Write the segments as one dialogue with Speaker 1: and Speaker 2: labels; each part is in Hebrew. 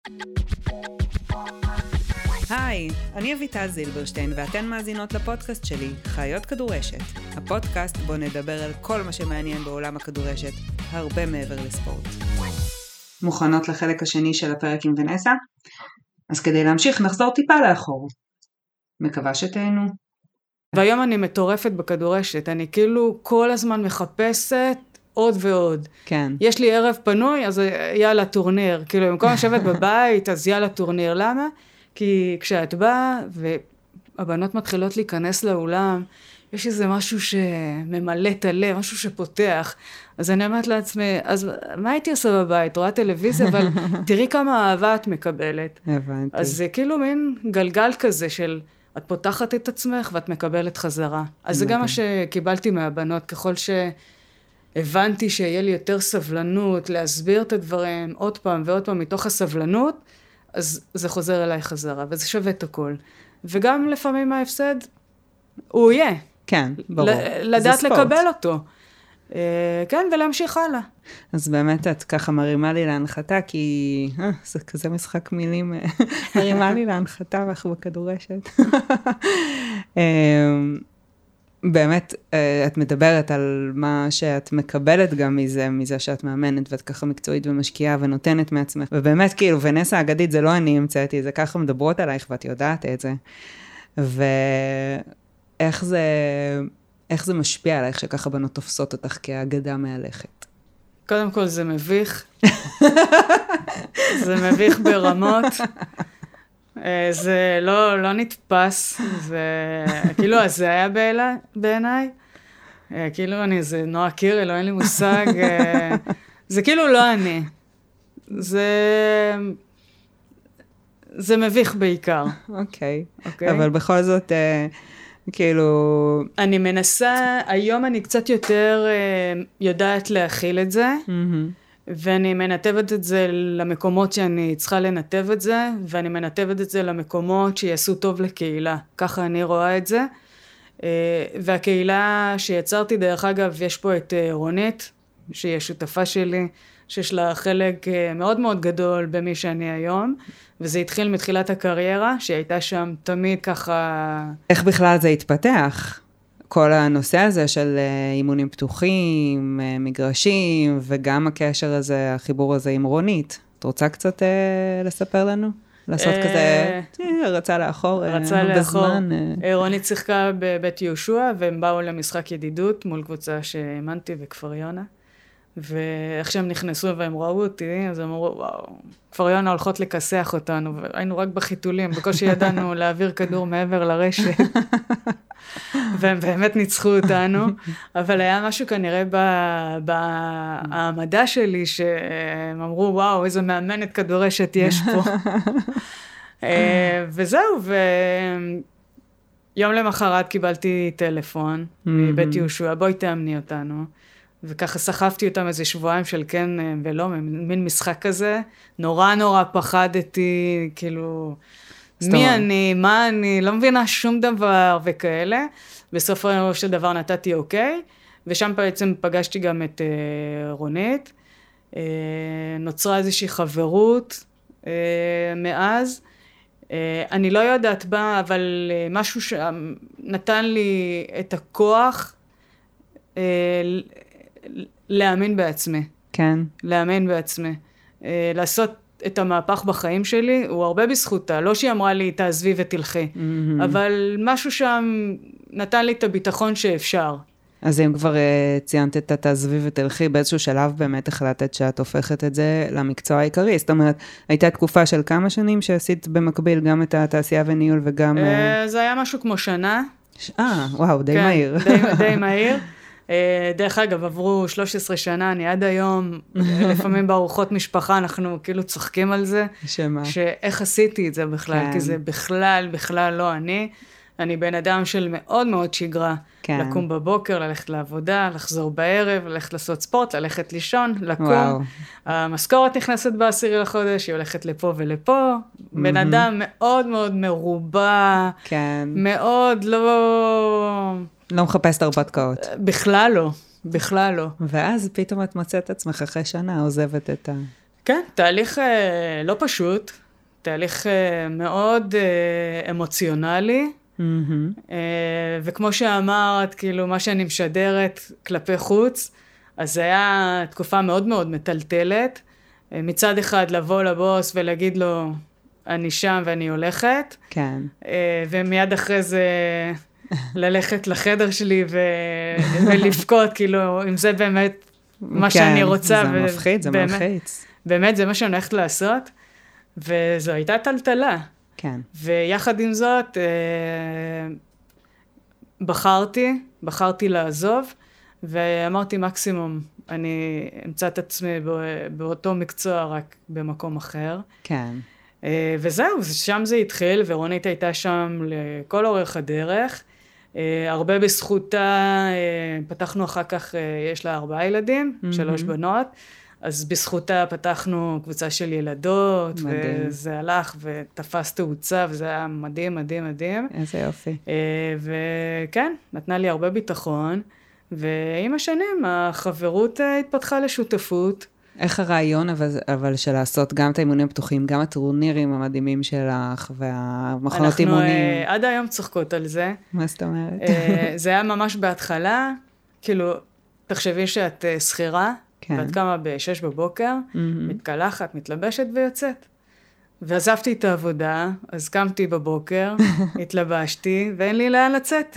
Speaker 1: היי, אני אביטל זילברשטיין ואתן מאזינות לפודקאסט שלי, חיות כדורשת. הפודקאסט בו נדבר על כל מה שמעניין בעולם הכדורשת, הרבה מעבר לספורט. מוכנות לחלק השני של הפרק עם ונסה? אז כדי להמשיך נחזור טיפה לאחור. מקווה שתהנו.
Speaker 2: והיום אני מטורפת בכדורשת, אני כאילו כל הזמן מחפשת עוד ועוד.
Speaker 1: כן.
Speaker 2: יש לי ערב פנוי, אז יאללה טורניר. כאילו במקום לשבת בבית, אז יאללה טורניר. למה? כי כשאת באה והבנות מתחילות להיכנס לאולם, יש איזה משהו שממלא את הלב, משהו שפותח. אז אני אומרת לעצמי, אז מה הייתי עושה בבית? רואה טלוויזיה, אבל תראי כמה אהבה את מקבלת.
Speaker 1: הבנתי.
Speaker 2: אז זה כאילו מין גלגל כזה של, את פותחת את עצמך ואת מקבלת חזרה. אז זה גם מה שקיבלתי מהבנות, ככל שהבנתי שיהיה לי יותר סבלנות, להסביר את הדברים עוד פעם ועוד פעם מתוך הסבלנות, אז זה חוזר אליי חזרה, וזה שווה את הכל. וגם לפעמים ההפסד, הוא יהיה.
Speaker 1: כן, ברור.
Speaker 2: לדעת לקבל אותו. כן, ולהמשיך הלאה.
Speaker 1: אז באמת את ככה מרימה לי להנחתה, כי זה כזה משחק מילים, מרימה לי להנחתה ואנחנו בכדורשת. באמת, את מדברת על מה שאת מקבלת גם מזה שאת מאמנת, ואת ככה מקצועית ומשקיעה ונותנת מעצמך. ובאמת, כאילו, ונסה האגדית זה לא אני המצאתי, זה ככה מדברות עלייך ואת יודעת את זה. ואיך זה משפיע עלייך שככה בנות תופסות אותך כאגדה מהלכת?
Speaker 2: קודם כל זה מביך. זה מביך ברמות. זה לא נתפס, זה כאילו, אז זה היה בעיניי, כאילו אני, זה נועה קירל, לא אין לי מושג, זה כאילו לא אני, זה מביך בעיקר.
Speaker 1: אוקיי, אבל בכל זאת, כאילו...
Speaker 2: אני מנסה, היום אני קצת יותר יודעת להכיל את זה, ואני מנתבת את זה למקומות שאני צריכה לנתב את זה, ואני מנתבת את זה למקומות שיעשו טוב לקהילה. ככה אני רואה את זה. והקהילה שיצרתי, דרך אגב, יש פה את רונית, שהיא שותפה שלי, שיש לה חלק מאוד מאוד גדול במי שאני היום, וזה התחיל מתחילת הקריירה, שהייתה שם תמיד ככה...
Speaker 1: איך בכלל זה התפתח? כל הנושא הזה של אימונים פתוחים, מגרשים, וגם הקשר הזה, החיבור הזה עם רונית. את רוצה קצת לספר לנו? לעשות כזה, רצה לאחור בזמן.
Speaker 2: רונית שיחקה בבית יהושע, והם באו למשחק ידידות מול קבוצה שהאמנתי בכפר יונה. ואיך שהם נכנסו והם ראו אותי, אז הם אמרו, וואו, כפר יונה הולכות לכסח אותנו, והיינו רק בחיתולים, בקושי ידענו להעביר כדור מעבר לרשת. והם באמת ניצחו אותנו, אבל היה משהו כנראה בהעמדה שלי, שהם אמרו, וואו, איזו מאמנת כדורשת יש פה. וזהו, ויום למחרת קיבלתי טלפון מבית יהושע, בואי תאמני אותנו, וככה סחפתי אותם איזה שבועיים של כן ולא, מין משחק כזה, נורא נורא פחדתי, כאילו... מי אני, מה אני, לא מבינה שום דבר וכאלה. בסוף של דבר נתתי אוקיי, ושם בעצם פגשתי גם את רונית. נוצרה איזושהי חברות מאז. אני לא יודעת בה, אבל משהו שנתן לי את הכוח להאמין בעצמי.
Speaker 1: כן.
Speaker 2: להאמין בעצמי. לעשות את המהפך בחיים שלי, הוא הרבה בזכותה, לא שהיא אמרה לי, תעזבי ותלכי, אבל משהו שם נתן לי את הביטחון שאפשר.
Speaker 1: אז אם כבר ציינת את התעזבי ותלכי, באיזשהו שלב באמת החלטת שאת הופכת את זה למקצוע העיקרי, זאת אומרת, הייתה תקופה של כמה שנים שעשית במקביל גם את התעשייה וניהול וגם...
Speaker 2: זה היה משהו כמו שנה.
Speaker 1: וואו, די מהיר.
Speaker 2: די מהיר. דרך אגב, עברו 13 שנה, אני עד היום, לפעמים בארוחות משפחה, אנחנו כאילו צוחקים על זה.
Speaker 1: שמה?
Speaker 2: שאיך עשיתי את זה בכלל, כי זה בכלל לא אני. אני בן אדם של מאוד מאוד שגרה. לקום בבוקר, ללכת לעבודה, לחזור בערב, ללכת לעשות ספורט, ללכת לישון, לקום. המשכורת נכנסת ב10 לחודש, היא הולכת לפה ולפה. בן אדם מאוד מאוד מרובע, מאוד
Speaker 1: לא מחפש את הרפתקאות.
Speaker 2: בכלל לא.
Speaker 1: ואז פתאום את מוצאת עצמך אחרי שנה, עוזבת את ה...
Speaker 2: כן, תהליך לא פשוט, תהליך מאוד אמוציונלי, וכמו שאמרת, כאילו, מה שאני משדרת כלפי חוץ, אז זה היה תקופה מאוד מאוד מטלטלת. מצד אחד לבוא לבוס ולהגיד לו, אני שם ואני הולכת.
Speaker 1: כן.
Speaker 2: ומיד אחרי זה ללכת לחדר שלי ולבכות, כאילו, אם זה באמת מה שאני רוצה.
Speaker 1: זה מפחיד, זה מלחיץ.
Speaker 2: באמת, זה מה שאני הולכת לעשות. וזו הייתה טלטלה.
Speaker 1: כן.
Speaker 2: ויחד עם זאת, בחרתי לעזוב, ואמרתי מקסימום, אני אמצא את עצמי באותו מקצוע, רק במקום אחר.
Speaker 1: כן.
Speaker 2: וזהו, שם זה התחיל, ורונית הייתה שם לכל אורך הדרך. הרבה בזכותה, פתחנו אחר כך, יש לה 4 ילדים, 3 בנות, אז בזכותה פתחנו קבוצה של ילדות, מדהים. וזה הלך ותפס תאוצה, וזה היה מדהים, מדהים, מדהים.
Speaker 1: איזה יופי.
Speaker 2: וכן, נתנה לי הרבה ביטחון, ועם השנים החברות התפתחה לשותפות.
Speaker 1: איך הרעיון אבל של לעשות גם את האימונים הפתוחים, גם הטורנירים המדהימים שלך, והמכונות אימונים?
Speaker 2: אנחנו עד היום צוחקות על זה.
Speaker 1: מה זאת אומרת?
Speaker 2: זה היה ממש בהתחלה, כאילו, תחשבי שאת שכירה, ואת קמה ב-6 בבוקר, מתקלחת, מתלבשת ויוצאת. ועזבתי את העבודה, אז קמתי בבוקר, התלבשתי, ואין לי לאן לצאת.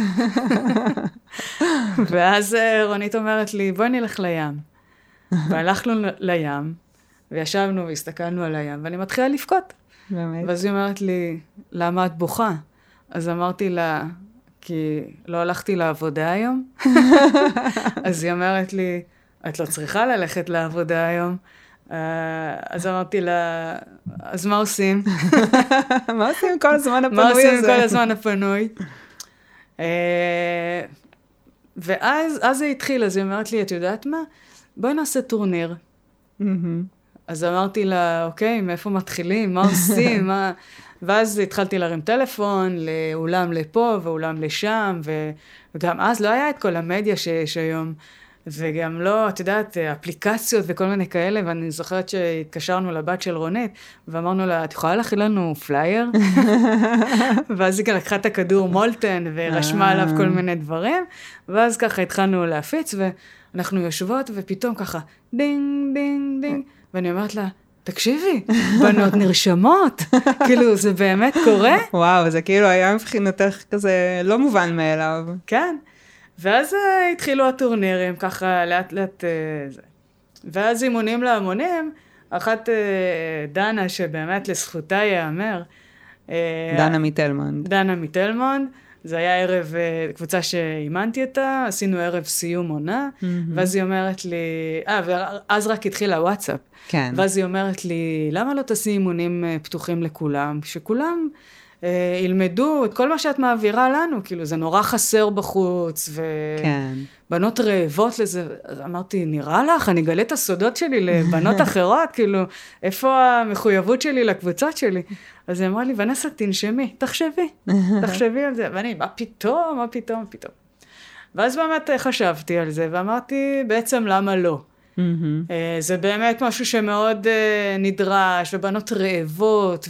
Speaker 2: ואז רונית אומרת לי, בואי נלך לים. והלכנו לים, וישבנו והסתכלנו על הים, ואני מתחילה לבכות.
Speaker 1: באמת?
Speaker 2: ואז היא אומרת לי, למה את בוכה? אז אמרתי לה, כי לא הלכתי לעבודה היום. אז היא אומרת לי, את לא צריכה ללכת לעבודה היום. אז אמרתי לה, אז מה עושים?
Speaker 1: מה עושים כל הזמן הפנוי הזה?
Speaker 2: מה עושים כל הזמן הפנוי? ואז זה התחיל, אז היא אומרת לי, את יודעת מה? בואי נעשה טורניר. אז אמרתי לה, אוקיי, מאיפה מתחילים? מה עושים? ואז התחלתי להרים טלפון, לאולם לפה ואולם לשם, וגם אז לא היה את כל המדיה שיש היום. וגם לא, את יודעת, אפליקציות וכל מיני כאלה, ואני זוכרת שהתקשרנו לבת של רונית, ואמרנו לה, את יכולה להכין לנו פלייר? ואז היא לקחה את הכדור מולטן, ורשמה עליו כל מיני דברים, ואז ככה התחלנו להפיץ, ואנחנו יושבות, ופתאום ככה, דינג, דינג, דינג, ואני אומרת לה, תקשיבי, בנות נרשמות, כאילו, זה באמת קורה?
Speaker 1: וואו, זה כאילו היה מבחינתך כזה לא מובן מאליו.
Speaker 2: כן. ואז התחילו הטורנירים, ככה לאט לאט זה. ואז אימונים להמונים, אחת דנה, שבאמת לזכותה ייאמר.
Speaker 1: דנה מתלמונד.
Speaker 2: דנה מתלמונד, זה היה ערב, קבוצה שאימנתי אותה, עשינו ערב סיום עונה, ואז היא אומרת לי, ואז רק התחיל הוואטסאפ.
Speaker 1: כן.
Speaker 2: ואז היא אומרת לי, למה לא תעשי אימונים פתוחים לכולם? שכולם ילמדו את כל מה שאת מעבירה לנו, כאילו זה נורא חסר בחוץ, ובנות רעבות לזה, אמרתי, נראה לך, אני אגלה את הסודות שלי לבנות אחרות, כאילו, איפה המחויבות שלי לקבוצות שלי? אז היא אמרה לי, ונסה, תנשמי, תחשבי על זה, ואני, מה פתאום? ואז באמת חשבתי על זה, ואמרתי, בעצם למה לא? זה באמת משהו שמאוד נדרש, ובנות רעבות,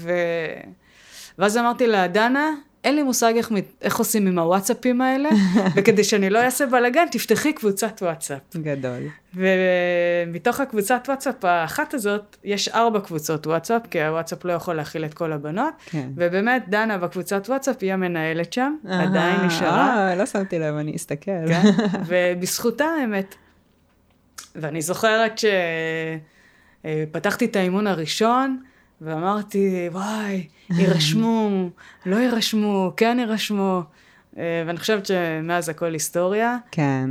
Speaker 2: ואז אמרתי לה, דנה, אין לי מושג איך עושים עם הוואטסאפים האלה, וכדי שאני לא אעשה בלגן, תפתחי קבוצת וואטסאפ.
Speaker 1: גדול.
Speaker 2: ומתוך הקבוצת וואטסאפ האחת הזאת, יש 4 קבוצות וואטסאפ, כי הוואטסאפ לא יכול להכיל את כל הבנות,
Speaker 1: כן.
Speaker 2: ובאמת, דנה בקבוצת וואטסאפ היא המנהלת שם, עדיין נשארה.
Speaker 1: לא שמתי לב, אני אסתכל.
Speaker 2: כן, ובזכותה האמת. ואני זוכרת שפתחתי את האימון הראשון, ואמרתי, וואי, יירשמו, לא יירשמו, כן יירשמו. ואני חושבת שמאז הכל היסטוריה.
Speaker 1: כן.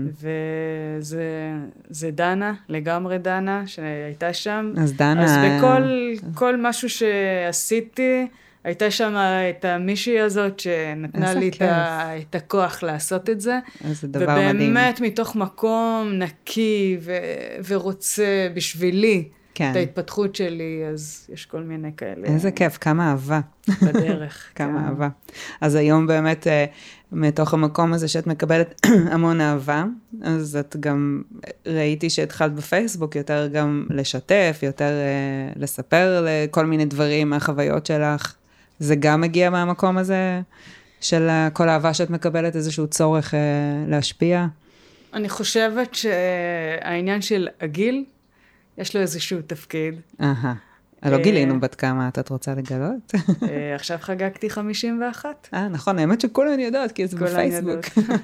Speaker 2: וזה דנה, לגמרי דנה, שהייתה שם.
Speaker 1: אז דנה...
Speaker 2: אז בכל משהו שעשיתי, הייתה שם את המישהי הזאת שנתנה לי את הכוח לעשות את זה.
Speaker 1: זה דבר מדהים.
Speaker 2: ובאמת מתוך מקום נקי ורוצה בשבילי.
Speaker 1: כן.
Speaker 2: את ההתפתחות שלי, אז יש כל מיני כאלה.
Speaker 1: איזה כיף, כמה אהבה.
Speaker 2: בדרך.
Speaker 1: כמה אהבה. אז היום באמת, מתוך המקום הזה שאת מקבלת המון אהבה, אז את גם ראיתי שהתחלת בפייסבוק יותר גם לשתף, יותר לספר לכל מיני דברים מהחוויות שלך. זה גם מגיע מהמקום הזה של כל האהבה שאת מקבלת, איזשהו צורך להשפיע?
Speaker 2: אני חושבת שהעניין של הגיל, יש לו איזשהו תפקיד.
Speaker 1: לא גילינו בת כמה את רוצה לגלות?
Speaker 2: עכשיו חגגתי 51.
Speaker 1: נכון, האמת שכולן יודעות, כי זה בפייסבוק.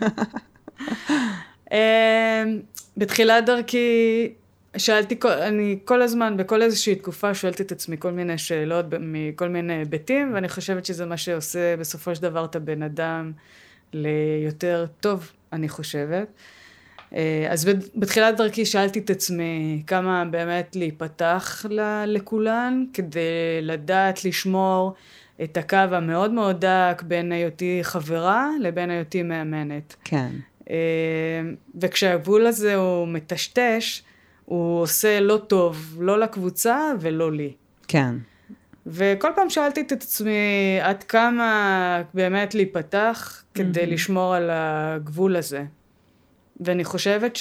Speaker 2: בתחילת דרכי, אני כל הזמן, בכל איזושהי תקופה, שואלת את עצמי כל מיני שאלות, מכל מיני היבטים, ואני חושבת שזה מה שעושה בסופו של דבר את הבן אדם ליותר טוב, אני חושבת. אז בתחילת דרכי שאלתי את עצמי כמה באמת להיפתח לכולן, כדי לדעת לשמור את הקו המאוד מאוד דק בין היותי חברה לבין היותי מאמנת.
Speaker 1: כן.
Speaker 2: וכשהגבול הזה הוא מטשטש, הוא עושה לא טוב, לא לקבוצה ולא לי.
Speaker 1: כן.
Speaker 2: וכל פעם שאלתי את עצמי עד כמה באמת להיפתח כדי לשמור על הגבול הזה. ואני חושבת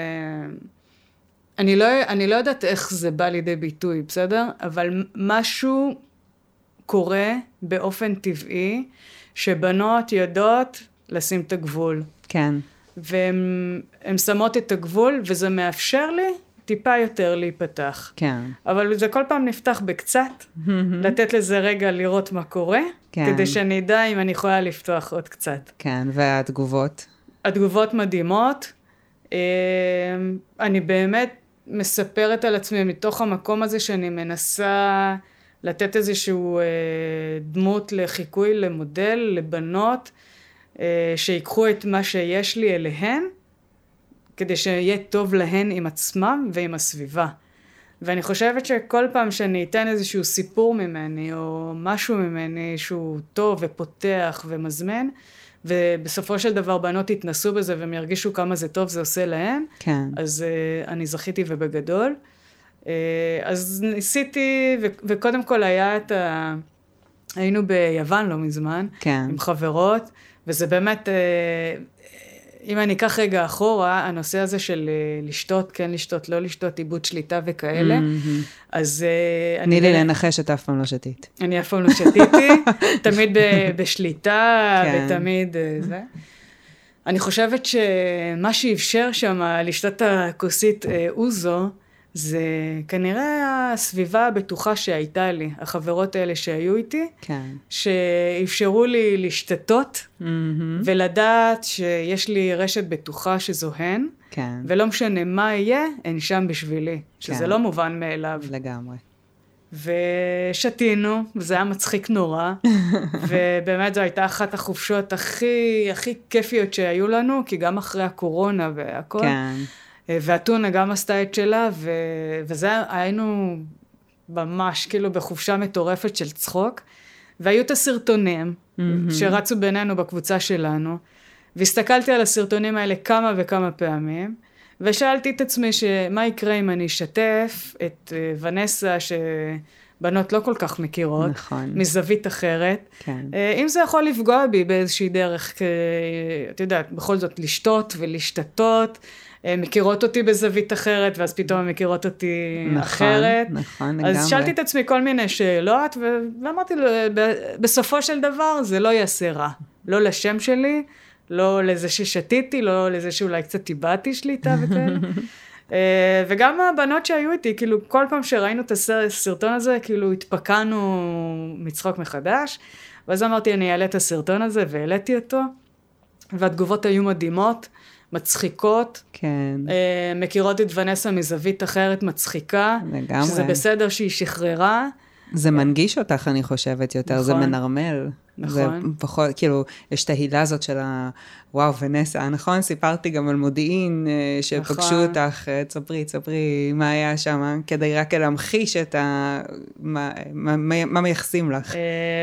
Speaker 2: אני לא יודעת איך זה בא לידי ביטוי, בסדר? אבל משהו קורה באופן טבעי, שבנות יודעות לשים את הגבול.
Speaker 1: כן.
Speaker 2: והן שמות את הגבול, וזה מאפשר לי טיפה יותר להיפתח.
Speaker 1: כן.
Speaker 2: אבל זה כל פעם נפתח בקצת, לתת לזה רגע לראות מה קורה,
Speaker 1: כן.
Speaker 2: כדי שאני אדע אם אני יכולה לפתוח עוד קצת.
Speaker 1: כן, והתגובות?
Speaker 2: התגובות מדהימות. אני באמת מספרת על עצמי מתוך המקום הזה שאני מנסה לתת איזשהו דמות לחיקוי, למודל, לבנות, שיקחו את מה שיש לי אליהן, כדי שיהיה טוב להן עם עצמם ועם הסביבה. ואני חושבת שכל פעם שאני אתן איזשהו סיפור ממני, או משהו ממני שהוא טוב ופותח ומזמן, ובסופו של דבר בנות יתנסו בזה והם ירגישו כמה זה טוב זה עושה להם,
Speaker 1: כן.
Speaker 2: אז אני זכיתי ובגדול. אז ניסיתי, וקודם כל היה היינו ביוון לא מזמן,
Speaker 1: כן.
Speaker 2: עם חברות, וזה באמת, אם אני אקח רגע אחורה, הנושא הזה של לשתות, כן לשתות, לא לשתות, איבוד שליטה וכאלה, אז
Speaker 1: תני לי לנחש את אף פעם לא שתית.
Speaker 2: אני אף פעם לא שתיתי, תמיד בשליטה, ותמיד זה. אני חושבת שמה שאפשר שם לשתות את הכוסית אוזו, זה כנראה הסביבה הבטוחה שהייתה לי, החברות האלה שהיו איתי,
Speaker 1: כן.
Speaker 2: שאפשרו לי להשתתות, ולדעת שיש לי רשת בטוחה שזו הן,
Speaker 1: כן.
Speaker 2: ולא משנה מה יהיה, הן שם בשבילי, שזה
Speaker 1: כן.
Speaker 2: לא מובן מאליו.
Speaker 1: לגמרי.
Speaker 2: ושתינו, וזה היה מצחיק נורא, ובאמת זו הייתה אחת החופשות הכי כיפיות שהיו לנו, כי גם אחרי הקורונה והכל,
Speaker 1: כן.
Speaker 2: והטונה גם עשתה את שלה, וזה היינו ממש כאילו בחופשה מטורפת של צחוק, והיו את הסרטונים שרצו בינינו בקבוצה שלנו, והסתכלתי על הסרטונים האלה כמה וכמה פעמים, ושאלתי את עצמי מה יקרה אם אני אשתף את ונסה שבנות לא כל כך מכירות,
Speaker 1: נכון.
Speaker 2: מזווית אחרת,
Speaker 1: כן.
Speaker 2: אם זה יכול לפגוע בי באיזושהי דרך, את יודעת, בכל זאת לשתות ולהשתתות, מכירות אותי בזווית אחרת, ואז פתאום הן מכירות אותי אחרת.
Speaker 1: נכון, לגמרי.
Speaker 2: אז שאלתי את עצמי כל מיני שאלות, ואמרתי לו, בסופו של דבר זה לא יעשה רע. לא לשם שלי, לא לזה ששתיתי, לא לזה שאולי קצת איבדתי שליטה וכאלה. וגם הבנות שהיו איתי, כאילו כל פעם שראינו את הסרטון הזה, כאילו התפקענו מצחוק מחדש, ואז אמרתי, אני אעלה את הסרטון הזה, והעליתי אותו, והתגובות היו מדהימות, מצחיקות,
Speaker 1: כן.
Speaker 2: מכירות את ונסה מזווית אחרת מצחיקה,
Speaker 1: לגמרי.
Speaker 2: שזה בסדר שהיא שחררה.
Speaker 1: זה מנגיש אותך, אני חושבת יותר, נכון. זה מנרמל.
Speaker 2: נכון.
Speaker 1: זה פחות, כאילו, יש את ההילה הזאת של וואו, ונסה, נכון? סיפרתי גם על מודיעין, שפגשו נכון. אותך, צפרי, מה היה שם, כדי רק להמחיש את מה מייחסים לך.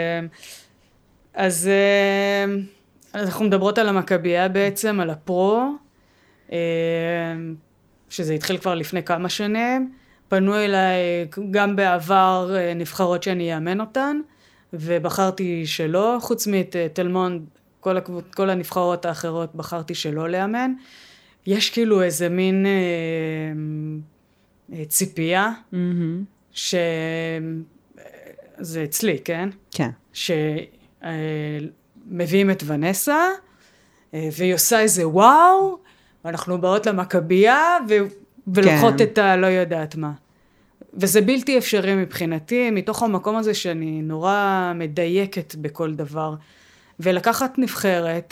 Speaker 2: אז אנחנו מדברות על המכבייה בעצם, על הפרו, שזה התחיל כבר לפני כמה שנים, פנו אליי גם בעבר נבחרות שאני אאמן אותן, ובחרתי שלא, חוץ מתל מונד, כל הנבחרות האחרות בחרתי שלא לאמן. יש כאילו איזה מין ציפייה, שזה אצלי, כן?
Speaker 1: כן.
Speaker 2: שמביאים את ונסה, והיא עושה איזה וואו, ואנחנו באות למכבייה, ולוקחות את הלא יודעת מה. וזה בלתי אפשרי מבחינתי, מתוך המקום הזה שאני נורא מדייקת בכל דבר. ולקחת נבחרת,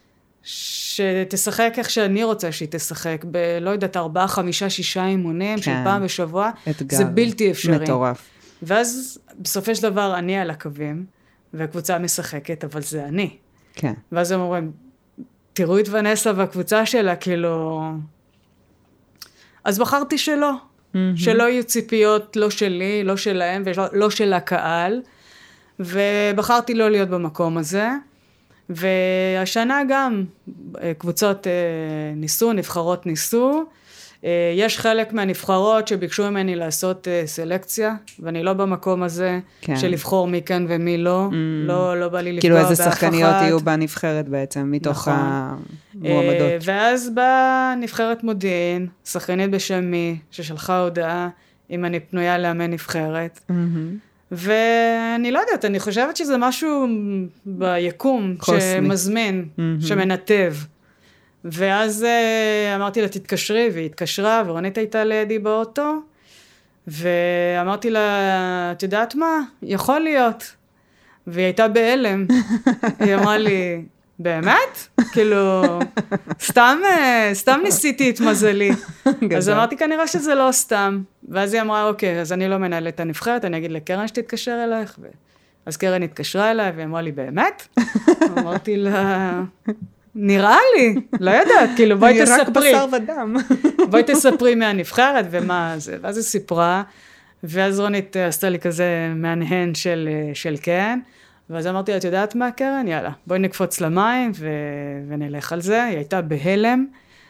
Speaker 2: שתשחק איך שאני רוצה שהיא תשחק, לא יודעת, 4, 5, 6 אימונים של פעם בשבוע, זה בלתי אפשרי.
Speaker 1: מטורף.
Speaker 2: ואז בסופו של דבר אני על הקווים, והקבוצה משחקת, אבל זה אני.
Speaker 1: כן.
Speaker 2: ואז הם אומרים, תראו את ונסה והקבוצה שלה, כאילו... אז בחרתי שלא. שלא יהיו ציפיות, לא שלי, לא שלהם, ולא של הקהל. ובחרתי לא להיות במקום הזה. והשנה גם קבוצות ניסו, נבחרות ניסו. יש חלק מהנבחרות שביקשו ממני לעשות סלקציה, ואני לא במקום הזה של לבחור מי כן ומי לא. לא בא לי לפגוע באף אחת.
Speaker 1: כאילו איזה שחקניות יהיו בנבחרת בעצם, מתוך המועמדות.
Speaker 2: ואז באה נבחרת מודיעין, שחקנית בשם מי, ששלחה הודעה אם אני פנויה לאמן נבחרת. ואני לא יודעת, אני חושבת שזה משהו ביקום שמזמין, שמנתב. ואז אמרתי לה, תתקשרי, והיא התקשרה, ורונית הייתה לידי באוטו, ואמרתי לה, את יודעת מה? יכול להיות. והיא הייתה בהלם. היא אמרה לי, באמת? כאילו, סתם ניסיתי את מזלי. אז אמרתי, כנראה שזה לא סתם. ואז היא אמרה, אוקיי, אז אני לא מנהלת את הנבחרת, אני אגיד לקרן שתתקשר אלייך. אז קרן התקשרה אליי, והיא אמרה לי, באמת? אמרתי לה... נראה לי, לא יודעת, כאילו בואי תספרי.
Speaker 1: רק בשר ודם.
Speaker 2: בואי תספרי מהנבחרת ומה זה. ואז היא סיפרה, ואז רונית עשתה לי כזה מהנהן של כן, ואז אמרתי לה, את יודעת מה קרן? יאללה, בואי נקפוץ למים ונלך על זה. היא הייתה בהלם,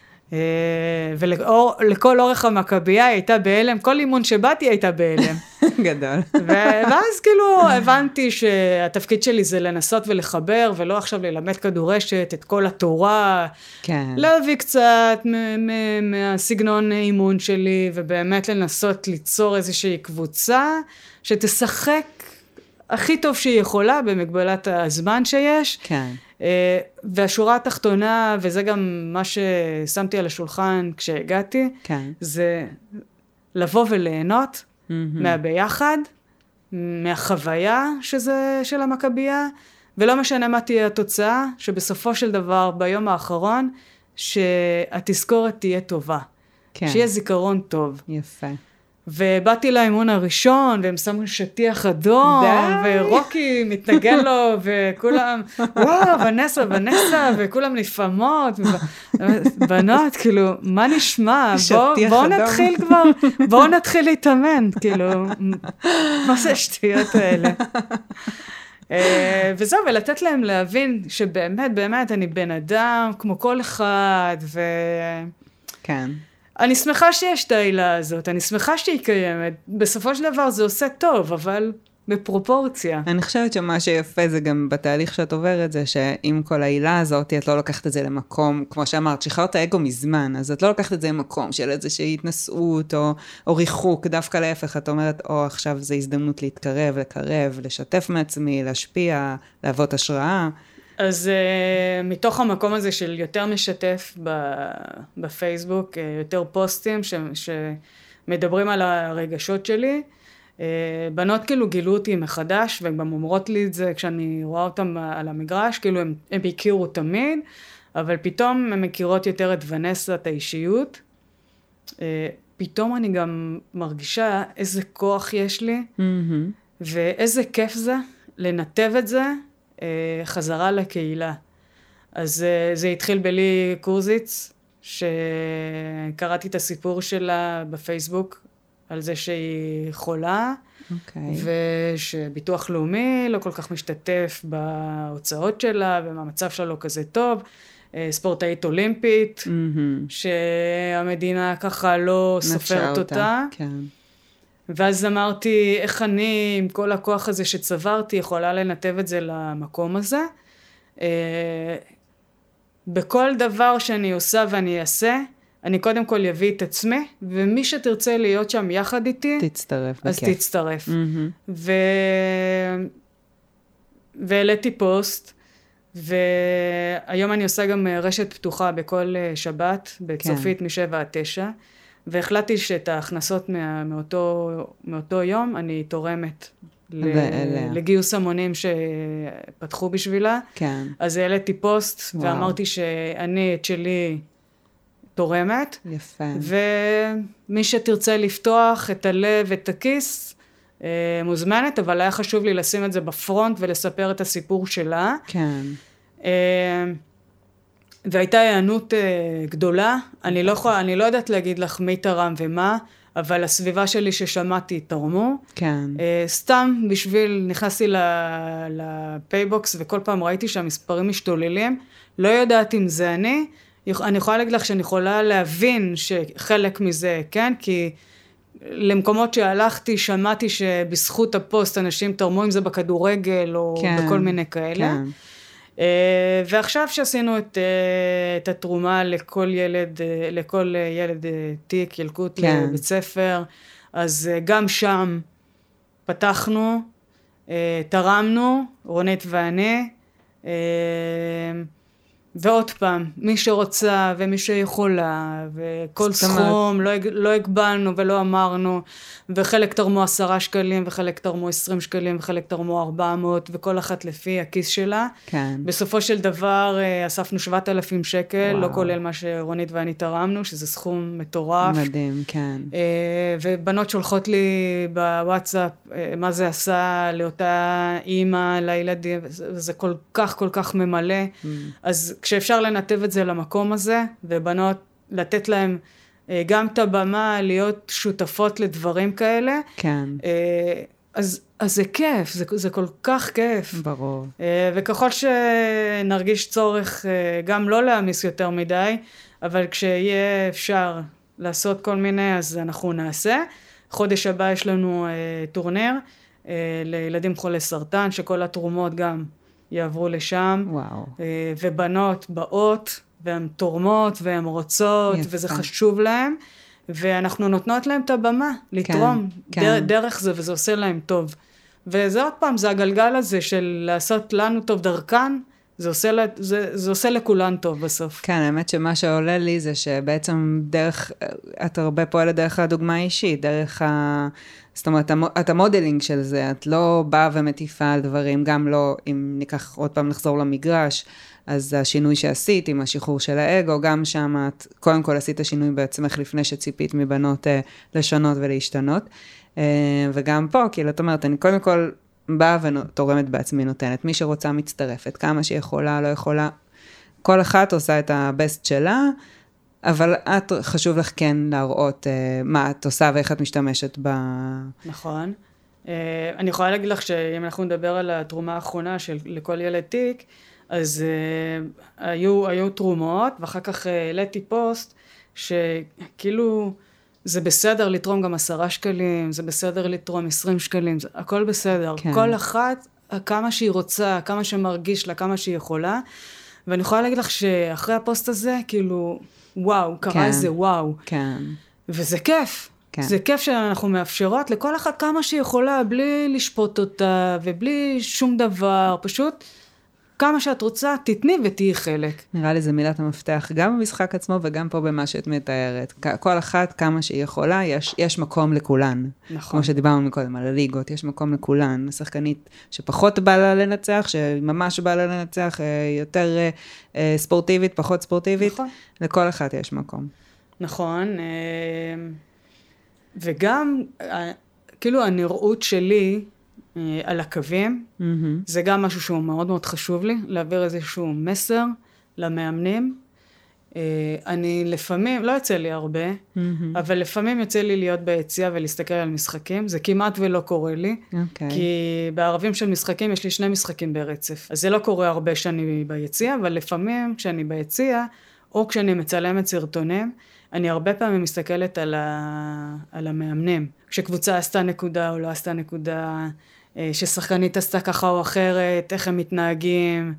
Speaker 2: ולכל אורך המכבייה היא הייתה בהלם, כל אימון שבאתי הייתה בהלם.
Speaker 1: גדול.
Speaker 2: ואז כאילו הבנתי שהתפקיד שלי זה לנסות ולחבר, ולא עכשיו ללמד כדורשת את כל התורה, להביא קצת מהסגנון אימון שלי, ובאמת לנסות ליצור איזושהי קבוצה, שתשחק הכי טוב שהיא יכולה, במגבלת הזמן שיש.
Speaker 1: כן.
Speaker 2: והשורה התחתונה, וזה גם מה ששמתי על השולחן כשהגעתי, זה לבוא וליהנות מהביחד, מהחוויה שזה של המכבייה, ולא משנה מה תהיה התוצאה, שבסופו של דבר ביום האחרון, שהתזכורת תהיה טובה. שיהיה זיכרון טוב.
Speaker 1: יפה.
Speaker 2: ובאתי לאימון הראשון, והם שמו שטיח אדום, ורוקי מתנגן לו, וכולם, וואו, ונסה, וכולם נפעמות, בנות, כאילו, מה נשמע? בואו נתחיל כבר, בואו נתחיל להתאמן, כאילו, מה זה השטויות האלה? וזהו, ולתת להם להבין שבאמת, באמת, אני בן אדם, כמו כל אחד,
Speaker 1: כן.
Speaker 2: אני שמחה שיש את העילה הזאת, אני שמחה שהיא קיימת, בסופו של דבר זה עושה טוב, אבל בפרופורציה.
Speaker 1: אני חושבת שמה שיפה זה גם בתהליך שאת עוברת, זה שעם כל העילה הזאת, את לא לוקחת את זה למקום, כמו שאמרת, שחררת האגו מזמן, אז את לא לוקחת את זה למקום של איזושהי התנסות, או ריחוק, דווקא להפך, את אומרת, עכשיו זה הזדמנות להתקרב, לקרב, לשתף מעצמי, להשפיע, להוות השראה.
Speaker 2: אז מתוך המקום הזה של יותר משתף בפייסבוק, יותר פוסטים שמדברים על הרגשות שלי, בנות כאילו גילו אותי מחדש, והן גם אומרות לי את זה כשאני רואה אותם על המגרש, כאילו הם הכירו תמיד, אבל פתאום הן מכירות יותר את ונסה, את האישיות. פתאום אני גם מרגישה איזה כוח יש לי, ואיזה כיף זה לנתב את זה, חזרה לקהילה. אז זה התחיל בלי קורזיץ, שקראתי את הסיפור שלה בפייסבוק, על זה שהיא חולה, ושביטוח לאומי לא כל כך משתתף בהוצאות שלה, והמצב שלה לא כזה טוב, ספורטאית אולימפית, שהמדינה ככה לא סופרת אותה. ואז אמרתי, איך אני, עם כל הכוח הזה שצברתי, יכולה לנתב את זה למקום הזה. בכל דבר שאני עושה ואני אעשה, אני קודם כל אביא את עצמי, ומי שתרצה להיות שם יחד איתי,
Speaker 1: תצטרף,
Speaker 2: אז
Speaker 1: בכיף.
Speaker 2: תצטרף. והעליתי פוסט, והיום אני עושה גם רשת פתוחה בכל שבת, בצופית מ7 עד 9, והחלטתי שאת ההכנסות מאותו יום אני תורמת לגיוס המונים שפתחו בשבילה.
Speaker 1: כן.
Speaker 2: אז העליתי פוסט ואמרתי שאני את שלי תורמת.
Speaker 1: יפה.
Speaker 2: ומי שתרצה לפתוח את הלב ואת הכיס מוזמנת, אבל היה חשוב לי לשים את זה בפרונט ולספר את הסיפור שלה.
Speaker 1: כן.
Speaker 2: והייתה הענות גדולה. אני לא יודעת להגיד לך מי תרם ומה, אבל הסביבה שלי ששמעתי תרמו. כן. סתם בשביל, נכנסתי לפייבוקס וכל פעם ראיתי שהמספרים משתוללים. לא יודעת אם זה אני יכולה להגיד לך שאני יכולה להבין שחלק מזה, כן? כי למקומות שהלכתי, שמעתי שבזכות הפוסט אנשים תרמו אם זה בכדורגל או בכל מיני כאלה. כן. ועכשיו שעשינו את התרומה לכל ילד תיק, ילקוט לבית ספר, אז גם שם פתחנו, תרמנו, רונית ואני, ועוד פעם, מי שרוצה ומי שיכולה, וכל סכום, לא הגבלנו ולא אמרנו, וחלק תרמו 10 שקלים, וחלק תרמו 20 שקלים, וחלק תרמו 400, וכל אחת לפי הכיס שלה. כן. בסופו של דבר, אספנו 7,000 שקל, לא כולל מה שרונית ואני תרמנו, שזה סכום מטורף.
Speaker 1: מדהים, כן.
Speaker 2: ובנות שולחות לי בוואטסאפ, מה זה עשה לאותה אימא, לילדים, וזה כל כך ממלא. אז כשאפשר לנתב את זה למקום הזה, ובנות לתת להם גם את הבמה, להיות שותפות לדברים כאלה, כן. אז זה כיף, זה כל כך כיף.
Speaker 1: ברור.
Speaker 2: וככל שנרגיש צורך גם לא להעמיס יותר מדי, אבל כשיהיה אפשר לעשות כל מיני, אז אנחנו נעשה. חודש הבא יש לנו טורניר לילדים חולי סרטן, שכל התרומות גם יעברו לשם.
Speaker 1: וואו.
Speaker 2: ובנות באות, והן תורמות, והן רוצות, יפה. וזה חשוב להם, ואנחנו נותנות להם את הבמה, לתרום דרך זה, וזה עושה להם טוב. וזה עוד פעם, זה הגלגל הזה של לעשות לנו טוב דרכן, זה עושה לכולן טוב בסוף.
Speaker 1: כן, האמת שמה שעולה לי זה שבעצם את הרבה פועלת דרך הדוגמה האישית, זאת אומרת, את המודלינג של זה, את לא באה ומטיפה על דברים, גם לא, אם ניקח עוד פעם נחזור למגרש, אז השינוי שעשית עם השחרור של האגו, גם שם את קודם כל עשית השינוי בעצמך לפני שציפית מבנות לשנות ולהשתנות, וגם פה, כאילו, את אומרת, אני קודם כל באה ותורמת בעצמי נותנת, מי שרוצה מצטרפת, כמה שהיא יכולה, לא יכולה, כל אחת עושה את הבסט שלה, אבל את חשוב לך כן להראות מה את עושה ואיך את משתמשת ב...
Speaker 2: נכון. אני יכולה להגיד לך שאם אנחנו נדבר על התרומה האחרונה של לכל ילד תיק, אז היו תרומות, ואחר כך העליתי פוסט שכאילו זה בסדר לתרום גם 10 שקלים, זה בסדר לתרום 20 שקלים, הכל בסדר. כן. כל אחת, כמה שהיא רוצה, כמה שמרגיש לה, כמה שהיא יכולה, ואני יכולה להגיד לך שאחרי הפוסט הזה, כאילו, וואו, קרה איזה וואו. כן. וזה כיף. כן. זה כיף שאנחנו מאפשרות לכל אחת כמה שהיא יכולה, בלי לשפוט אותה, ובלי שום דבר, פשוט כמה שאת רוצה, תתני ותהי חלק.
Speaker 1: נראה לי זה מילת המפתח, גם במשחק עצמו וגם פה במה שאת מתארת. כל אחת כמה שהיא יכולה, יש מקום לכולן. נכון. כמו שדיברנו מקודם על הליגות, יש מקום לכולן. שחקנית שפחות בא לה לנצח, שממש בא לה לנצח, יותר ספורטיבית, פחות ספורטיבית. נכון. לכל אחת יש מקום.
Speaker 2: נכון. וגם, כאילו הנראות שלי, על הקווים, זה גם משהו שהוא מאוד מאוד חשוב לי, להעביר איזשהו מסר למאמנים. אני לפעמים, לא יוצא לי הרבה, אבל לפעמים יוצא לי להיות ביציאה ולהסתכל על משחקים, זה כמעט ולא קורה לי, כי בערבים של משחקים יש לי 2 משחקים ברצף, אז זה לא קורה הרבה שאני ביציאה, אבל לפעמים כשאני ביציאה, או כשאני מצלמת סרטונים, אני הרבה פעמים מסתכלת על המאמנים. כשקבוצה עשתה נקודה או לא עשתה נקודה, ששחקנית עשתה ככה או אחרת, איך הם מתנהגים,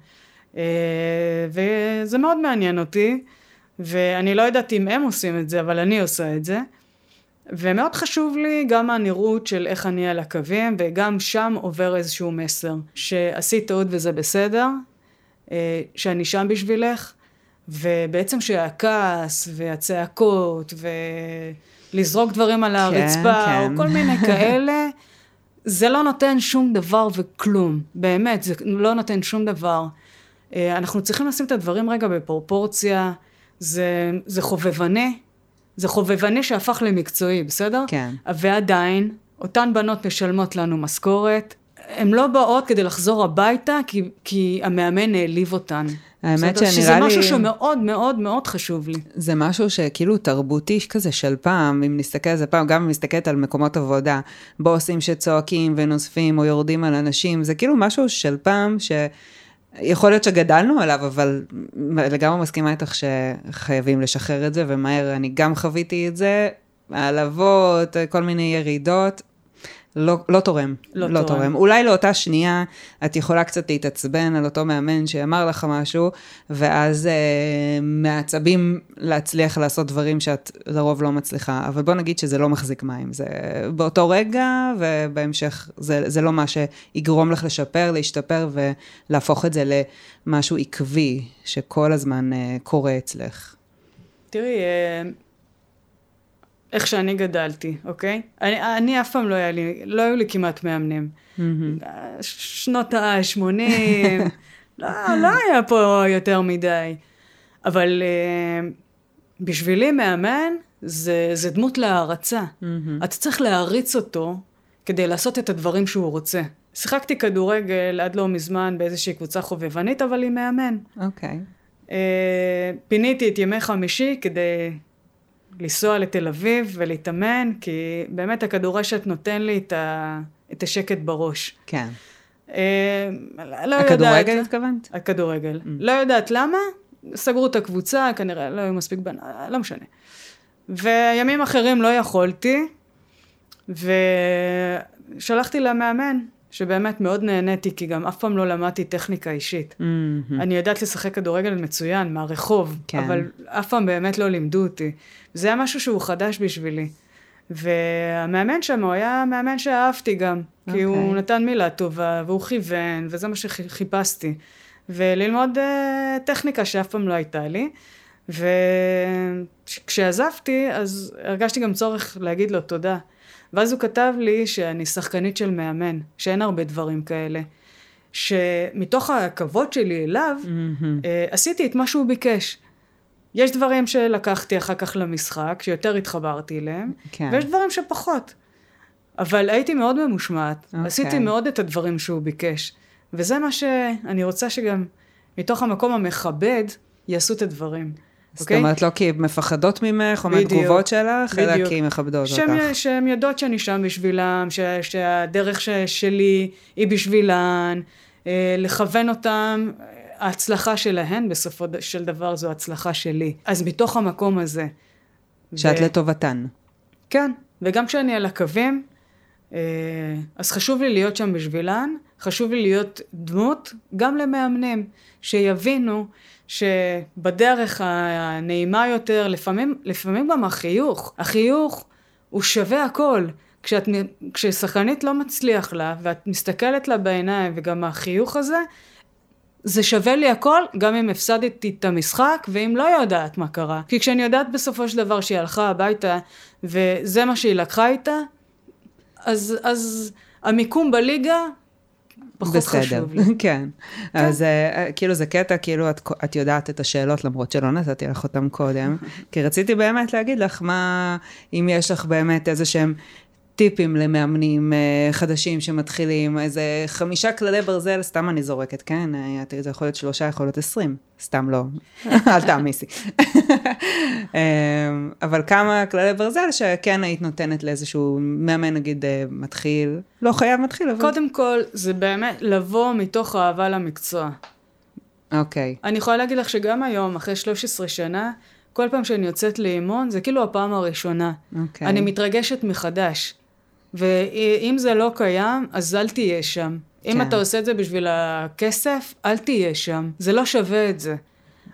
Speaker 2: וזה מאוד מעניין אותי, ואני לא יודעת אם הם עושים את זה, אבל אני עושה את זה. ומאוד חשוב לי גם הנראות של איך אני על הקווים, וגם שם עובר איזשהו מסר, שעשית טעות וזה בסדר, שאני שם בשבילך, ובעצם שהכעס והצעקות ולזרוק דברים על הרצפה, כן. או כל מיני כאלה, זה לא נותן שום דבר וכלום, באמת, זה לא נותן שום דבר. אנחנו צריכים לשים את הדברים רגע בפרופורציה, זה חובבני, זה חובבני שהפך למקצועי, בסדר?
Speaker 1: כן.
Speaker 2: ועדיין, אותן בנות משלמות לנו משכורת, הן לא באות כדי לחזור הביתה, כי המאמן העליב אותן.
Speaker 1: האמת שנראה לי...
Speaker 2: שזה משהו שמאוד מאוד מאוד חשוב לי.
Speaker 1: זה משהו שכאילו תרבותי כזה של פעם, אם נסתכל על זה פעם, גם אם נסתכלת על מקומות עבודה, בוסים שצועקים ונוספים או יורדים על אנשים, זה כאילו משהו של פעם יכול להיות שגדלנו עליו, אבל לגמרי מסכימה איתך שחייבים לשחרר את זה, ומהר אני גם חוויתי את זה, העלבות, כל מיני ירידות, לא תורם. לא תורם. אולי לאותה שנייה, את יכולה קצת להתעצבן על אותו מאמן שאמר לך משהו, ואז מעצבים להצליח לעשות דברים שאת לרוב לא מצליחה, אבל בוא נגיד שזה לא מחזיק מים. זה באותו רגע, ובהמשך זה לא מה שיגרום לך לשפר, להשתפר, ולהפוך את זה למשהו עקבי, שכל הזמן קורה אצלך.
Speaker 2: תראי, איך שאני גדלתי, אוקיי? אני אף פעם לא היו לי כמעט מאמנים. שנות ה-80, לא היה פה יותר מדי. אבל בשבילי מאמן זה דמות להערצה. אתה צריך להעריץ אותו כדי לעשות את הדברים שהוא רוצה. שיחקתי כדורגל עד לא מזמן באיזושהי קבוצה חובבנית, אבל היא מאמן.
Speaker 1: אוקיי.
Speaker 2: פיניתי את ימי חמישי כדי לנסוע לתל אביב ולהתאמן, כי באמת הכדורשת נותן לי את השקט בראש.
Speaker 1: כן.
Speaker 2: לא
Speaker 1: הכדורגל התכוונת?
Speaker 2: הכדורגל. לא יודעת למה, סגרו את הקבוצה, כנראה לא היו מספיק לא משנה. וימים אחרים לא יכולתי, ושלחתי למאמן, שבאמת מאוד נהניתי, כי גם אף פעם לא למדתי טכניקה אישית. אני יודעת לשחק כדורגל מצוין, מהרחוב, אבל אף פעם באמת לא לימדו אותי. זה היה משהו שהוא חדש בשבילי. והמאמן שם הוא היה מאמן שאהבתי גם, כי הוא נתן מילה טובה, והוא כיוון, וזה מה שחיפשתי. וללמוד טכניקה שאף פעם לא הייתה לי. וכשעזבתי, אז הרגשתי גם צורך להגיד לו תודה. ואז הוא כתב לי שאני שחקנית של מאמן, שאין הרבה דברים כאלה. שמתוך הכבוד שלי אליו, עשיתי את מה שהוא ביקש. יש דברים שלקחתי אחר כך למשחק, שיותר התחברתי אליהם, ויש דברים שפחות. אבל הייתי מאוד ממושמעת, עשיתי מאוד את הדברים שהוא ביקש. וזה מה שאני רוצה שגם מתוך המקום המכבד, יעשו את הדברים.
Speaker 1: זאת אומרת, לא כי מפחדות ממך, או מהתגובות שלך, אלא כי מכבדות אותך.
Speaker 2: שהן יודעות שאני שם בשבילם, שהדרך שלי היא בשבילן, לכוון אותם, ההצלחה שלהן בסופו של דבר זו הצלחה שלי. אז מתוך המקום הזה.
Speaker 1: שאת לטובתן.
Speaker 2: כן, וגם כשאני על הקווים, אז חשוב לי להיות שם בשבילן, חשוב לי להיות דמות, גם למאמנים, שיבינו שבדרך הנעימה יותר, לפעמים גם החיוך הוא שווה הכל. כששחקנית לא מצליח לה, ואת מסתכלת לה בעיניים, וגם החיוך הזה, זה שווה לי הכל, גם אם הפסדתי את המשחק, ואם לא יודעת מה קרה. כי כשאני יודעת בסופו של דבר שהיא הלכה הביתה, וזה מה שהיא לקחה איתה, אז המיקום בליגה פחות חשוב לי.
Speaker 1: כן. אז כאילו זה קטע, כאילו את יודעת את השאלות, למרות שלא נתתי לך אותם קודם, כי רציתי באמת להגיד לך מה, אם יש לך באמת איזה שהם טיפים למאמנים חדשים שמתחילים, איזה 5 כללי ברזל, סתם אני זורקת, כן? זה יכול להיות 3, יכול להיות 20, סתם לא, אל תעמיסי. אבל כמה כללי ברזל שכן היית נותנת לאיזשהו מאמן, נגיד, מתחיל, לא חייב מתחיל, אבל...
Speaker 2: קודם כל, זה באמת לבוא מתוך אהבה למקצוע.
Speaker 1: אוקיי.
Speaker 2: אני יכולה להגיד לך שגם היום, אחרי 13 שנה, כל פעם שאני יוצאת לאימון, זה כאילו הפעם הראשונה.
Speaker 1: אוקיי.
Speaker 2: אני מתרגשת מחדש. ואם זה לא קיים, אז אל תהיה שם. אם
Speaker 1: כן.
Speaker 2: אתה עושה את זה בשביל הכסף, אל תהיה שם. זה לא שווה את זה.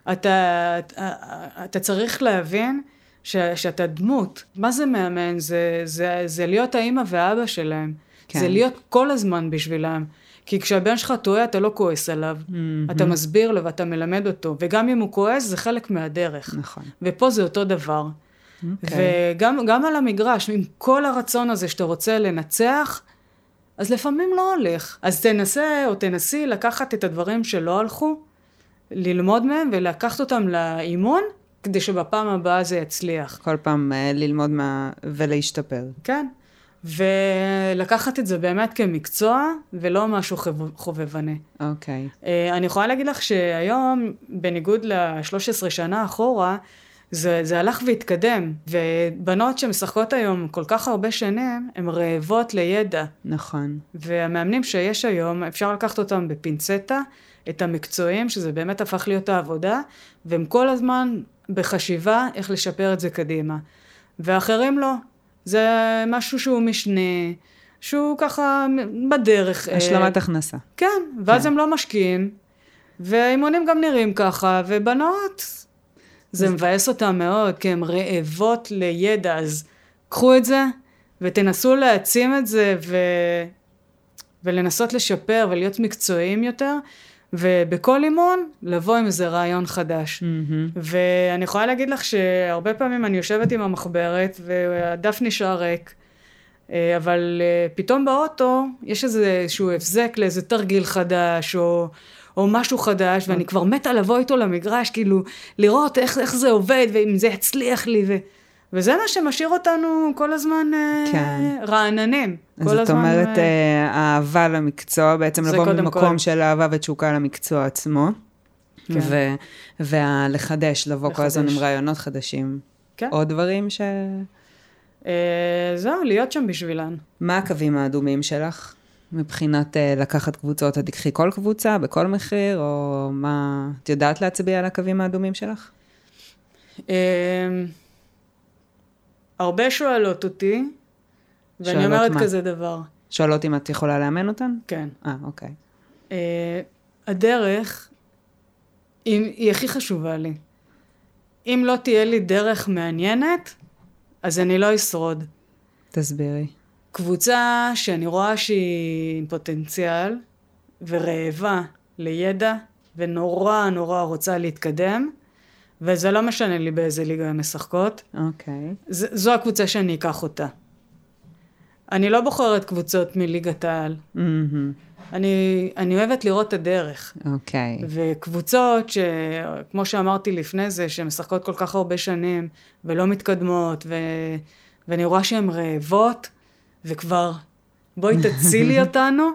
Speaker 2: אתה צריך להבין שאתה דמות. מה זה מאמן? זה להיות האמא והאבא שלהם.
Speaker 1: כן.
Speaker 2: זה להיות כל הזמן בשבילם. כי כשהבן שלך טועה, אתה לא כועס עליו. אתה מסביר לו ואתה מלמד אותו. וגם אם הוא כועס, זה חלק מהדרך.
Speaker 1: נכון.
Speaker 2: ופה זה אותו דבר. וגם על המגרש, עם כל הרצון הזה שאתה רוצה לנצח, אז לפעמים לא הולך. אז תנסה או תנסי לקחת את הדברים שלא הלכו, ללמוד מהם ולקחת אותם לאימון, כדי שבפעם הבאה זה יצליח.
Speaker 1: כל פעם ללמוד ולהשתפר.
Speaker 2: כן. ולקחת את זה באמת כמקצוע, ולא משהו חובבני.
Speaker 1: אוקיי.
Speaker 2: אני יכולה להגיד לך שהיום, בניגוד ל-13 שנה אחורה, זה הלך והתקדם, ובנות שמשחקות היום כל כך הרבה שנים, הן רעבות לידע.
Speaker 1: נכון.
Speaker 2: והמאמנים שיש היום, אפשר לקחת אותם בפינצטה, את המקצועים, שזה באמת הפך להיות העבודה, והם כל הזמן בחשיבה איך לשפר את זה קדימה. ואחרים לא. זה משהו שהוא משני, שהוא ככה בדרך.
Speaker 1: השלמת הכנסה.
Speaker 2: כן, ואז הם לא משקיעים, והאימונים גם נראים ככה, ובנות, זה מבאס אותם מאוד, כי הן רעבות לידע, אז קחו את זה, ותנסו להעצים את זה, ולנסות לשפר, ולהיות מקצועיים יותר, ובכל אימון, לבוא עם איזה רעיון חדש. ואני יכולה להגיד לך שהרבה פעמים אני יושבת עם המחברת, והדף נשאר ריק, אבל פתאום באוטו, יש איזשהו הפזק לאיזה תרגיל חדש, או משהו חדש, ואני כבר מתה לבוא איתו למגרש, כאילו, לראות איך זה עובד, ואם זה יצליח לי, וזה מה שמשאיר אותנו כל הזמן רעננים.
Speaker 1: אז זאת אומרת, האהבה למקצוע, בעצם לבוא ממקום של אהבה ותשוקה למקצוע עצמו, ולחדש, לבוא כל הזמן עם רעיונות חדשים. עוד דברים
Speaker 2: זהו, להיות שם בשבילן.
Speaker 1: מה הקווים האדומים שלך? מבחינת לקחת קבוצות, את תקחי כל קבוצה, בכל מחיר, או מה, את יודעת להצביע על הקווים האדומים שלך?
Speaker 2: הרבה שואלות אותי, ואני אומרת כזה דבר.
Speaker 1: שואלות אם את יכולה לאמן אותן?
Speaker 2: כן.
Speaker 1: אוקיי.
Speaker 2: הדרך היא הכי חשובה לי. אם לא תהיה לי דרך מעניינת, אז אני לא אשרוד.
Speaker 1: תסבירי.
Speaker 2: קבוצה שאני רואה שהיא עם פוטנציאל, ורעבה לידע, ונורא נורא רוצה להתקדם, וזה לא משנה לי באיזה ליגה הן משחקות.
Speaker 1: אוקיי.
Speaker 2: זו הקבוצה שאני אקח אותה. אני לא בוחרת קבוצות מליגת העל. אני אוהבת לראות את הדרך.
Speaker 1: אוקיי.
Speaker 2: וקבוצות כמו שאמרתי לפני זה, שמשחקות כל כך הרבה שנים, ולא מתקדמות, ואני רואה שהן רעבות, וכבר, בואי תצילי אותנו.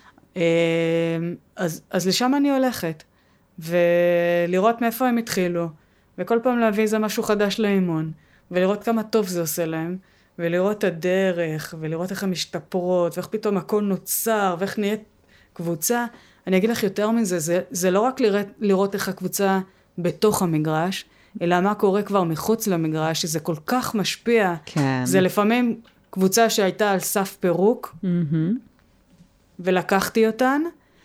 Speaker 2: אז לשם אני הולכת. ולראות מאיפה הם התחילו. וכל פעם להביא איזה משהו חדש לאימון. ולראות כמה טוב זה עושה להם. ולראות את הדרך, ולראות איך הן משתפרות, ואיך פתאום הכל נוצר, ואיך נהיית קבוצה. אני אגיד לך יותר מזה, זה לא רק לראות איך הקבוצה בתוך המגרש, אלא מה קורה כבר מחוץ למגרש, שזה כל כך משפיע.
Speaker 1: כן.
Speaker 2: זה לפעמים קבוצה שהייתה על סף פירוק, ולקחתי אותן,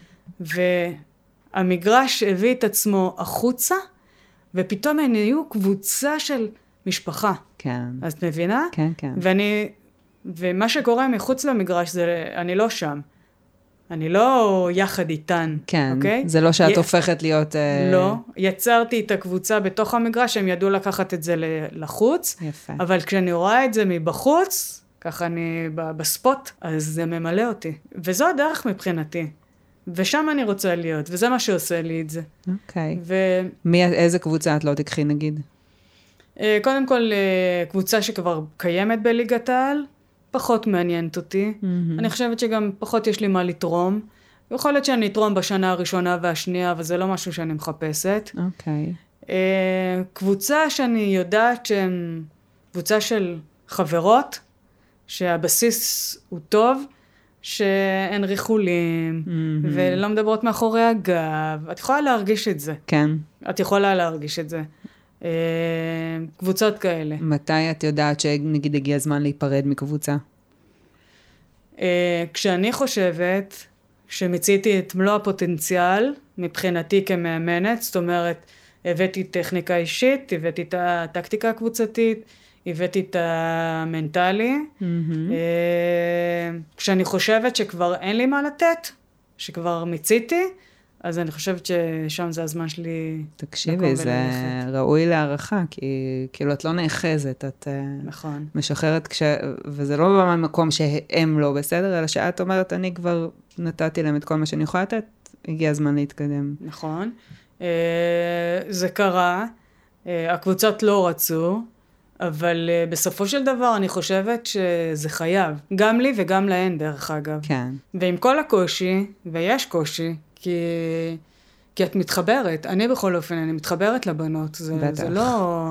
Speaker 2: והמגרש הביא את עצמו החוצה, ופתאום הם היו קבוצה של משפחה.
Speaker 1: כן.
Speaker 2: אז את מבינה?
Speaker 1: כן, כן.
Speaker 2: ומה שקורה מחוץ למגרש, אני לא שם. אני לא יחד איתן.
Speaker 1: כן,
Speaker 2: אוקיי?
Speaker 1: זה לא שאת הופכת להיות...
Speaker 2: לא, יצרתי את הקבוצה בתוך המגרש, הם ידעו לקחת את זה לחוץ.
Speaker 1: יפה.
Speaker 2: אבל כשאני רואה את זה מבחוץ, ככה אני בספוט, אז זה ממלא אותי. וזו הדרך מבחינתי. ושם אני רוצה להיות, וזה מה שעושה לי את זה.
Speaker 1: אוקיי. איזה קבוצה את לא תקחי נגיד?
Speaker 2: קודם כל, קבוצה שכבר קיימת בליגת העל, פחות מעניינת אותי. אני חושבת שגם פחות יש לי מה לתרום. יכול להיות שאני אתרום בשנה הראשונה והשנייה, אבל זה לא משהו שאני מחפשת.
Speaker 1: אוקיי.
Speaker 2: קבוצה שאני יודעת שהן קבוצה של חברות, שהבסיס הוא טוב, שאין ריחולים, ולא מדברות מאחורי הגב. את יכולה להרגיש את זה.
Speaker 1: כן.
Speaker 2: את יכולה להרגיש את זה. קבוצות כאלה.
Speaker 1: מתי את יודעת שנגיד הגיע הזמן להיפרד מקבוצה?
Speaker 2: כשאני חושבת שמציתי את מלוא הפוטנציאל מבחינתי כמאמנת, זאת אומרת, הבאתי טכניקה אישית, הבאתי את הטקטיקה הקבוצתית, הבאתי את המנטלי. כשאני חושבת שכבר אין לי מה לתת, שכבר מיציתי, אז אני חושבת ששם זה הזמן שלי.
Speaker 1: תקשיבי, זה ראוי להערכה, כי כאילו את לא נאחזת, את
Speaker 2: נכון.
Speaker 1: משחררת, וזה לא במקום שהם לא בסדר, אלא שאת אומרת, אני כבר נתתי להם את כל מה שאני יכולה לתת, הגיע הזמן להתקדם.
Speaker 2: נכון. זה קרה, הקבוצות לא רצו, אבל בסופו של דבר אני חושבת שזה חייב, גם לי וגם להן דרך אגב.
Speaker 1: כן.
Speaker 2: ועם כל הקושי, ויש קושי, כי את מתחברת, אני בכל אופן, אני מתחברת לבנות, זה לא,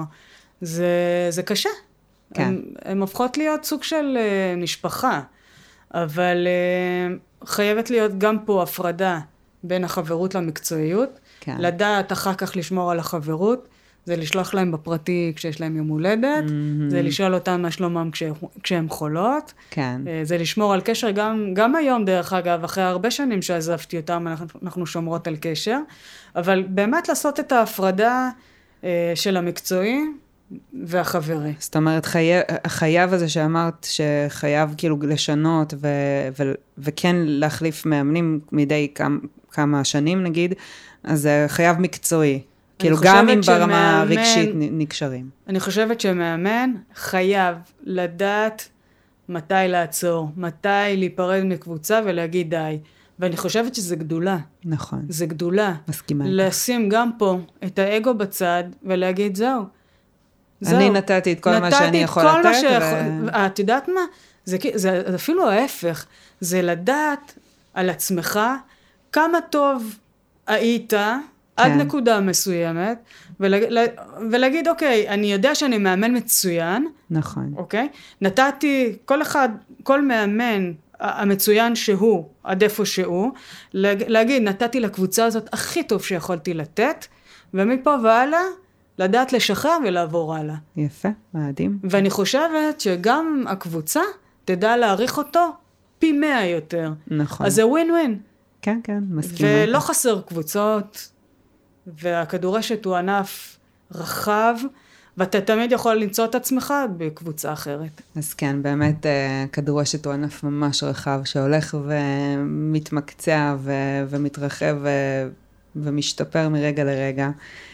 Speaker 2: זה קשה.
Speaker 1: כן.
Speaker 2: הן הופכות להיות סוג של משפחה, אבל חייבת להיות גם פה הפרדה בין החברות למקצועיות,
Speaker 1: כן.
Speaker 2: לדעת אחר כך לשמור על החברות, זה לשלוח להם בפרטי כשיש להם יום הולדת, זה לשאול אותם מה שלומם כשהם חולות,
Speaker 1: כן.
Speaker 2: זה לשמור על קשר, גם היום דרך אגב, אחרי הרבה שנים שעזבתי אותם, אנחנו שומרות על קשר, אבל באמת לעשות את ההפרדה של המקצועי והחברי.
Speaker 1: זאת אומרת, החייב הזה שאמרת שחייב כאילו לשנות וכן להחליף מאמנים מדי כמה שנים נגיד, אז זה חייב מקצועי. כאילו גם אם ברמה הרגשית נקשרים.
Speaker 2: אני חושבת שמאמן חייב לדעת מתי לעצור, מתי להיפרד מקבוצה ולהגיד די. ואני חושבת שזה גדולה.
Speaker 1: נכון.
Speaker 2: זה גדולה.
Speaker 1: מסכימה.
Speaker 2: לשים גם פה את האגו בצד ולהגיד זהו.
Speaker 1: אני נתתי את כל מה שאני יכול לתת.
Speaker 2: את יודעת מה? זה אפילו ההפך. זה לדעת על עצמך כמה טוב היית עד נקודה מסוימת, ולהגיד, אוקיי, אני יודע שאני מאמן מצוין.
Speaker 1: נכון.
Speaker 2: אוקיי? נתתי, כל מאמן המצוין שהוא, עד איפה שהוא, להגיד, נתתי לקבוצה הזאת הכי טוב שיכולתי לתת, ומפה והלאה, לדעת לשחרר ולעבור הלאה.
Speaker 1: יפה, מדהים.
Speaker 2: ואני חושבת שגם הקבוצה תדע להעריך אותו פי 100 יותר.
Speaker 1: נכון.
Speaker 2: אז זה ווין ווין.
Speaker 1: כן, כן, מסכימה.
Speaker 2: ולא חסר קבוצות, והכדורשת הוא ענף רחב, ואתה תמיד יכול למצוא את עצמך בקבוצה אחרת.
Speaker 1: אז כן, באמת כדורשת הוא ענף ממש רחב, שהולך ומתמקצע ומתרחב ומשתפר מרגע לרגע.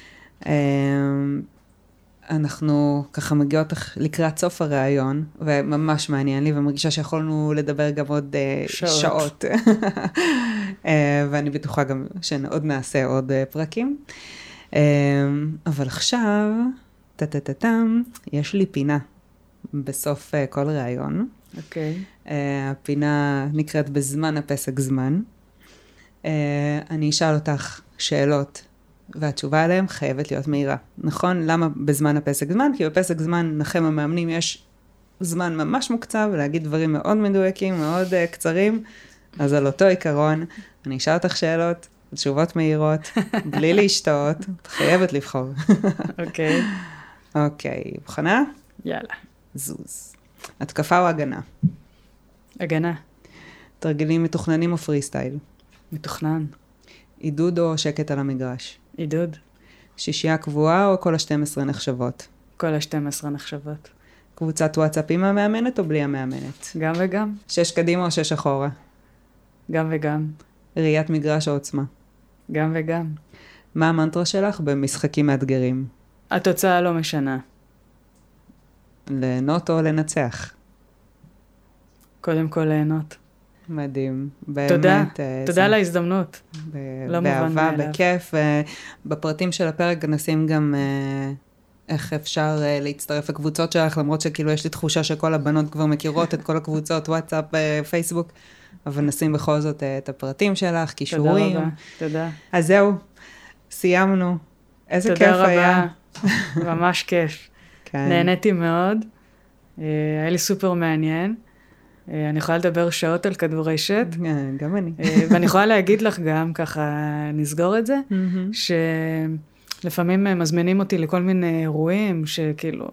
Speaker 1: אנחנו ככה מגיעות לקראת סוף הרעיון, וממש מעניין לי, ומרגישה שיכולנו לדבר גם עוד שעות. ואני בטוחה גם שעוד נעשה עוד פרקים. אבל עכשיו, יש לי פינה בסוף כל רעיון.
Speaker 2: אוקיי.
Speaker 1: הפינה נקראת בזמן הפסק זמן. אני אשאל אותך שאלות, והתשובה עליהם חייבת להיות מהירה. נכון? למה בזמן הפסק זמן? כי בפסק זמן לכם המאמנים יש זמן ממש מוקצב, להגיד דברים מאוד מדויקים, מאוד קצרים, אז על אותו עיקרון, אני אשאל אותך שאלות, תשובות מהירות, בלי להשתאות, את חייבת לבחור.
Speaker 2: אוקיי.
Speaker 1: אוקיי, מוכנה?
Speaker 2: יאללה.
Speaker 1: זוז. התקפה או הגנה?
Speaker 2: הגנה.
Speaker 1: תרגילים מתוכננים או פרי סטייל?
Speaker 2: מתוכנן.
Speaker 1: עידוד או שקט על המגרש?
Speaker 2: עידוד.
Speaker 1: שישייה קבועה או כל ה-12 נחשבות?
Speaker 2: כל ה-12 נחשבות.
Speaker 1: קבוצת וואטסאפ עם המאמנת או בלי המאמנת?
Speaker 2: גם וגם.
Speaker 1: 6 קדימה או 6 אחורה?
Speaker 2: גם וגם.
Speaker 1: ראיית מגרש או עוצמה?
Speaker 2: גם וגם.
Speaker 1: מה המנטרה שלך במשחקים מאתגרים?
Speaker 2: התוצאה לא משנה.
Speaker 1: ליהנות או לנצח?
Speaker 2: קודם כל ליהנות.
Speaker 1: מדהים. באמת,
Speaker 2: תודה. תודה על ההזדמנות. לא מובן מאליו.
Speaker 1: באהבה, בכיף. בפרטים של הפרק נשים גם איך אפשר להצטרף לקבוצות שלך, למרות שכאילו יש לי תחושה שכל הבנות כבר מכירות את כל הקבוצות, וואטסאפ, פייסבוק, אבל נשים בכל זאת את הפרטים שלך, קישורים.
Speaker 2: תודה רבה. תודה.
Speaker 1: אז זהו, סיימנו. איזה כיף היה.
Speaker 2: תודה רבה. ממש כיף. נהניתי מאוד. היה לי סופר מעניין. אני יכולה לדבר שעות על כדורשת.
Speaker 1: גם אני.
Speaker 2: ואני יכולה להגיד לך גם, ככה נסגור את זה, לפעמים מזמינים אותי לכל מיני אירועים שכאילו,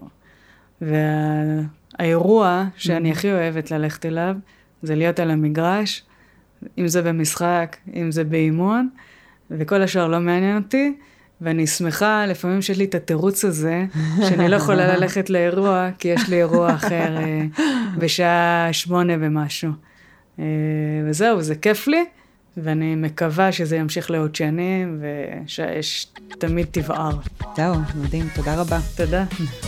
Speaker 2: והאירוע שאני הכי אוהבת ללכת אליו, זה להיות על המגרש, אם זה במשחק, אם זה באימון, וכל השאר לא מעניין אותי, ואני שמחה לפעמים שיש לי את התירוץ הזה, שאני לא יכולה ללכת לאירוע, כי יש לי אירוע אחר בשעה 8 ומשהו. וזהו, זה כיף לי, ואני מקווה שזה ימשיך לעוד שנים, ושהאש תמיד תבער.
Speaker 1: זהו, מדהים, תודה רבה.
Speaker 2: תודה.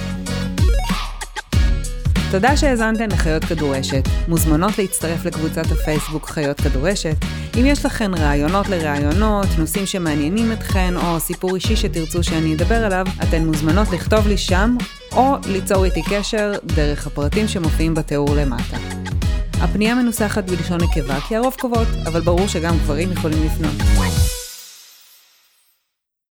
Speaker 1: תודה שהאזנתן לחיות כדורשת. מוזמנות להצטרף לקבוצת הפייסבוק חיות כדורשת. אם יש לכן רעיונות לרעיונות, נושאים שמעניינים אתכן, או סיפור אישי שתרצו שאני אדבר עליו, אתן מוזמנות לכתוב לי שם, או ליצור איתי קשר דרך הפרטים שמופיעים בתיאור למטה. הפנייה מנוסחת בלשון נקבה, כי הרוב קובעות, אבל ברור שגם גברים יכולים לפנות.